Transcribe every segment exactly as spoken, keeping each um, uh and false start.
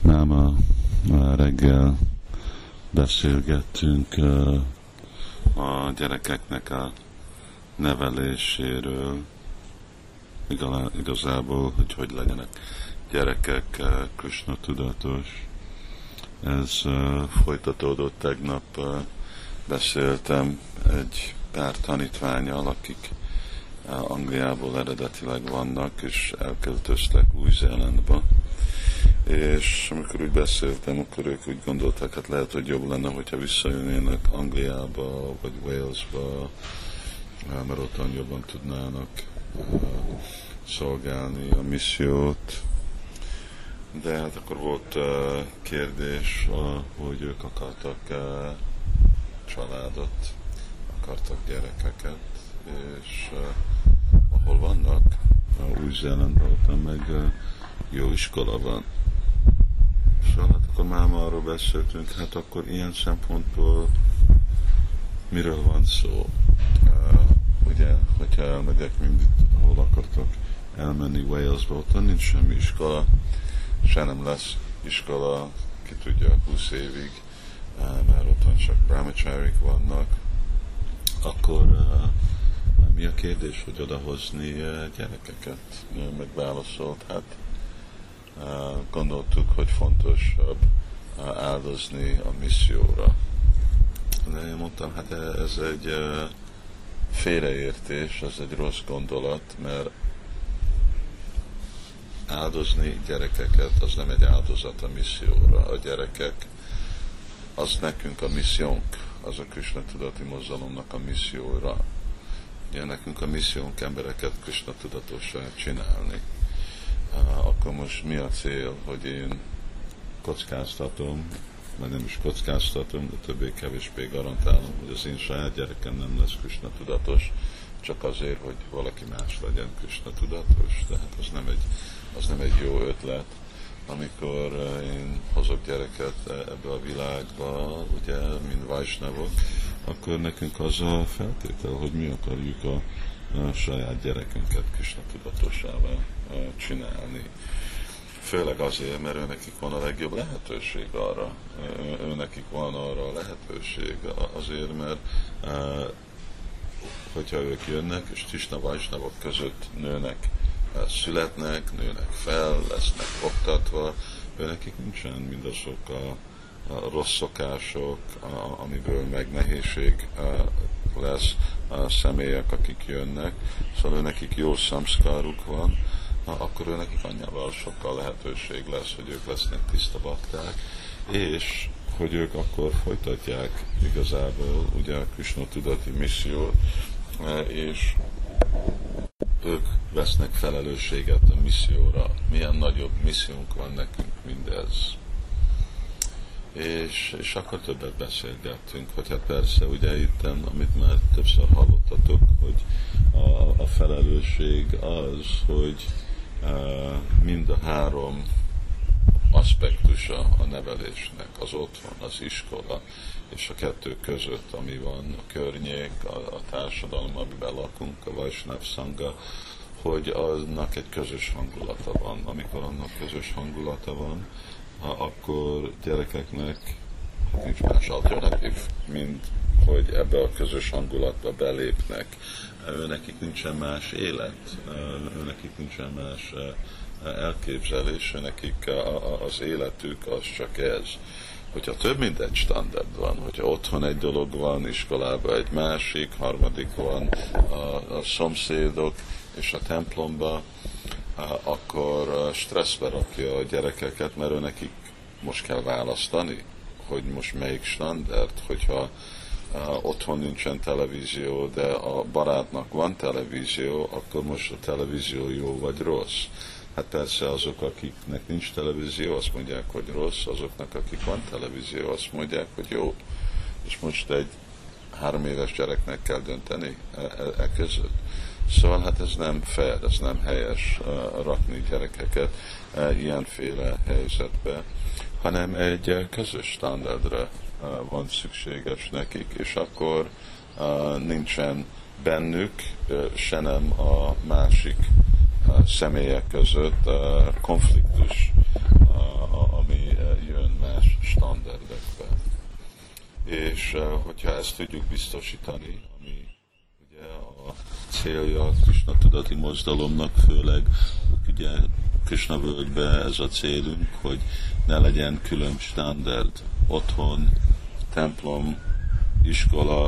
Máma reggel beszélgettünk a gyerekeknek a neveléséről, igazából, hogy hogy legyenek gyerekek Krishna tudatos. Ez folytatódott tegnap, beszéltem egy pár tanítvánnyal, akik Angliából eredetileg vannak, és elköltöztek Új-Zélandba. És amikor úgy beszéltem, akkor ők úgy gondolták, hát lehet, hogy jobb lenne, hogyha visszajönnének Angliába, vagy Walesba, mert ottan jobban tudnának szolgálni a missziót. De hát akkor volt kérdés, hogy ők akartak családot, akartak gyerekeket, és ahol vannak, Új-Zélandban, ottan meg jó iskola van. Szóval hát akkor már arról beszéltünk, hát akkor ilyen szempontból miről van szó? Uh, ugye, hogyha elmegyek mindig, ahol akartok elmenni Walesba, ott nincs semmi iskola, se nem lesz iskola, ki tudja, húsz évig, uh, mert otthon csak brahmacharik vannak, akkor uh, mi a kérdés, hogy odahozni uh, gyerekeket? Meg válaszolt, hát uh, gondoltuk, hogy fontosabb uh, áldozni a misszióra. De én mondtam, hát ez egy uh, félreértés, ez egy rossz gondolat, mert áldozni gyerekeket az nem egy áldozat a misszióra. A gyerekek az nekünk a missziónk, az a Krishna tudati mozgalomnak a misszióra. Ugye nekünk a missziónk embereket Krishna tudatossá csinálni. Uh, akkor most mi a cél, hogy én kockáztatom, vagy nem is kockáztatom, de többé-kevésbé garantálom, hogy az én saját gyerekem nem lesz Krishna tudatos, csak azért, hogy valaki más legyen Krishna tudatos. Tehát az nem egy, az nem egy jó ötlet, amikor én hozok gyereket ebbe a világba, ugye, mint Vaisnavok, akkor nekünk az a feltétel, hogy mi akarjuk a, a saját gyerekünket Krishna tudatosává csinálni. Főleg azért, mert őnekik van a legjobb lehetőség arra. Őnekik van arra a lehetőség azért, mert hogyha ők jönnek, és Krishna Vaisnavok között nőnek, születnek, nőnek fel, lesznek oktatva, őnekik nincsen mindazok a, a rossz szokások, a, amiből meg nehézség lesz a személyek, akik jönnek. Szóval őnekik jó szamszkáruk van, akkor őnekik annyival sokkal lehetőség lesz, hogy ők lesznek tiszta bakták, és hogy ők akkor folytatják igazából ugye a Krishna tudati missziót, és ők vesznek felelősséget a misszióra. Milyen nagyobb missziónk van nekünk mindez. És, és akkor többet beszélgettünk, hogy hát persze, ugye itt, amit már többször hallottatok, hogy a, a felelősség az, hogy uh, mind a három aspektusa a nevelésnek, az otthon, az iskola, és a kettő között, ami van, a környék, a, a társadalom, amiben lakunk, a Vaisnav Sangha, hogy annak egy közös hangulata van. Amikor annak közös hangulata van, akkor gyerekeknek hát nincs más alternatív, mint hogy ebbe a közös hangulatba belépnek. Őnekik nincsen más élet, őnekik nincsen más elképzelés, nekik az életük az csak ez. Hogyha több mint egy standard van, hogyha otthon egy dolog van, iskolában egy másik, harmadik van a, a szomszédok és a templomba, akkor stresszbe rakja a gyerekeket, mert nekik most kell választani, hogy most melyik standard, hogyha uh, otthon nincsen televízió, de a barátnak van televízió, akkor most a televízió jó vagy rossz. Hát persze azok, akiknek nincs televízió, azt mondják, hogy rossz, azoknak, akik van televízió, azt mondják, hogy jó. És most egy három éves gyereknek kell dönteni e, e, e között. Szóval hát ez nem fair, ez nem helyes uh, rakni gyerekeket uh, ilyenféle helyzetbe, hanem egy uh, közös standardra uh, van szükséges nekik, és akkor uh, nincsen bennük, uh, se nem a másik uh, személyek között uh, konfliktus uh, a, a ami jön más standardekbe. És hogyha ezt tudjuk biztosítani, ami ugye a célja a Krishna tudati mozdalomnak, főleg ugye Krishna völgybe ez a célunk, hogy ne legyen külön standard, otthon, templom, iskola,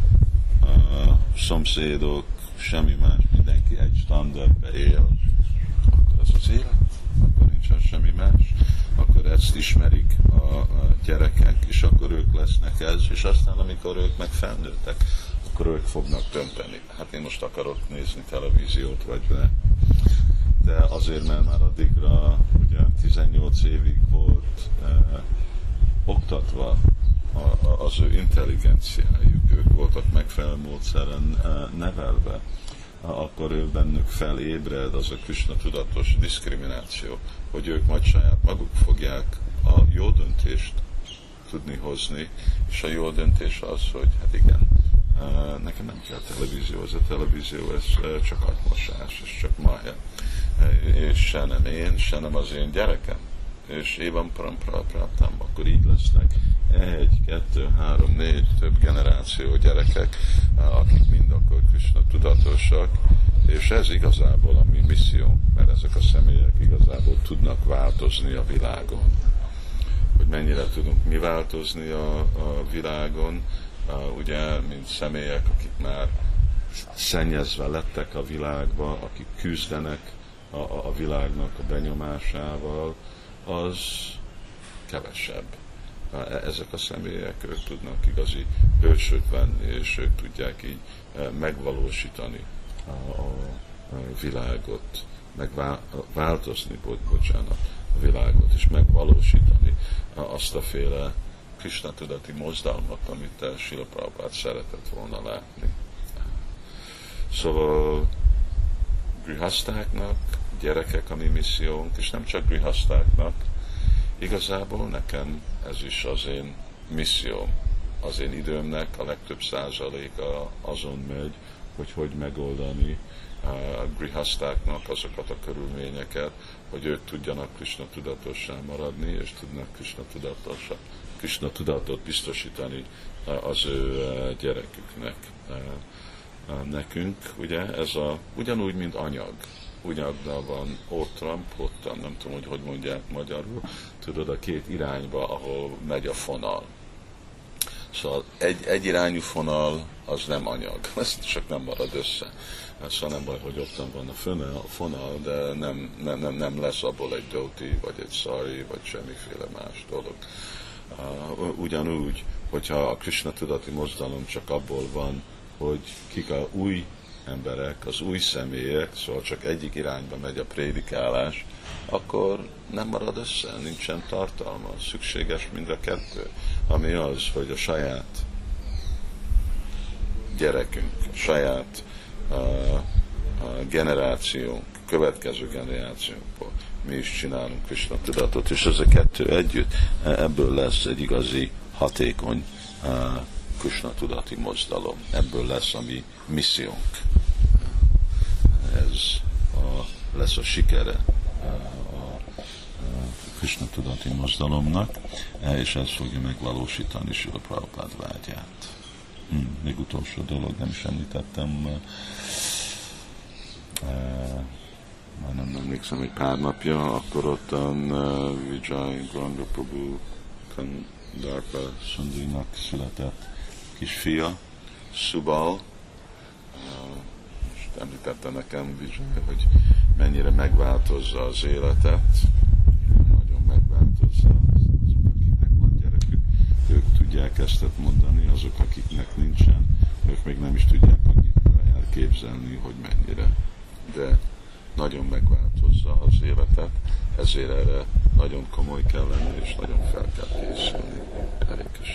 a szomszédok, semmi más, mindenki egy standardbe él, akkor az az élet, akkor nincsen semmi más, akkor ezt ismerik a, a gyerekek, és akkor ők lesznek ez, és aztán amikor ők meg felnőttek, akkor ők fognak dönteni. Hát én most akarok nézni televíziót, vagy ne. De azért, mert már addigra ugye tizennyolc évig volt eh, oktatva a, a, az ő intelligenciájuk, ők voltak megfelelő módszeren eh, nevelve, akkor ő bennük felébred az a Krishna tudatos diszkrimináció, hogy ők majd saját maguk fogják a jó döntést tudni hozni, és a jó döntés az, hogy hát igen, nekem nem kell televízió, ez a televízió, ez csak agymosás, ez csak mája. És se nem én, se nem az én gyerekem. És évan pram-pra-praptam, akkor így lesznek egy, kettő, három, négy, több generáció gyerekek, akik mind akkor Krishna tudatosak, és ez igazából a mi misszió, mert ezek a személyek igazából tudnak változni a világon. Hogy mennyire tudunk mi változni a, a világon, ugye, mint személyek, akik már szennyezve lettek a világba, akik küzdenek a, a világnak a benyomásával, az kevesebb. Ezek a személyek, ők tudnak igazi hősök venni, és ők tudják így megvalósítani a, a világot, megváltozni, bocsánat, a világot, és megvalósítani azt a féle Krishna tudati mozdalmat, amit Srila Prabhupád szeretett volna látni. Szóval grihasztáknak, gyerekek a mi missziónk, és nem csak grihasztáknak, igazából nekem ez is az én misszióm. Az én időmnek a legtöbb százaléka azon megy, hogy hogy megoldani a grihasztáknak azokat a körülményeket, hogy ők tudjanak Krishna tudatossá maradni, és tudnak Krishna tudatossá, Krishna tudatot biztosítani az ő gyereküknek. Nekünk, ugye, ez a, ugyanúgy, mint anyag. Ugyanúgy van ótram, pottam, nem tudom, hogy hogy mondják magyarul, tudod, a két irányba, ahol megy a fonal. Szóval egy, egy irányú fonal az nem anyag, ez csak nem marad össze. Szóval nem baj, hogy ottan van a fonal, a fonal de nem, nem, nem, nem lesz abból egy dhoti, vagy egy szari, vagy semmiféle más dolog. Ugyanúgy, hogyha a Krishna tudati mozdalom csak abból van, hogy kik a új emberek, az új személyek, szóval csak egyik irányba megy a prédikálás, akkor nem marad össze, nincsen tartalma. Szükséges mind a kettő, ami az, hogy a saját gyerekünk, a saját uh, uh, generációnk, következő generációnkból mi is csinálunk Krishna tudatot, és ez a kettő együtt, ebből lesz egy igazi, hatékony uh, Krishna tudati mozdalom. Ebből lesz a mi missziónk. Ez a, lesz a sikere a, a Krishna tudati mozdalomnak, és ez fogja megvalósítani Srila Prabhupád vágyát. Hm, még utolsó dolog, nem is említettem, e, már nem emlékszem, egy pár napja, akkor ottan uh, Vijay Gauranga Prabhu Kandarpa Sundrinak született kisfia, Subal, uh, és említette nekem Vijay, hogy mennyire megváltozza az életet, nagyon megváltozza. Azok, akiknek van gyerekük, ők tudják ezt mondani, azok, akiknek nincsen, ők még nem is tudják annyit elképzelni, hogy mennyire. De nagyon megváltozza az életet, ezért erre nagyon komoly kell lenni, és nagyon fel kell készülni. Elég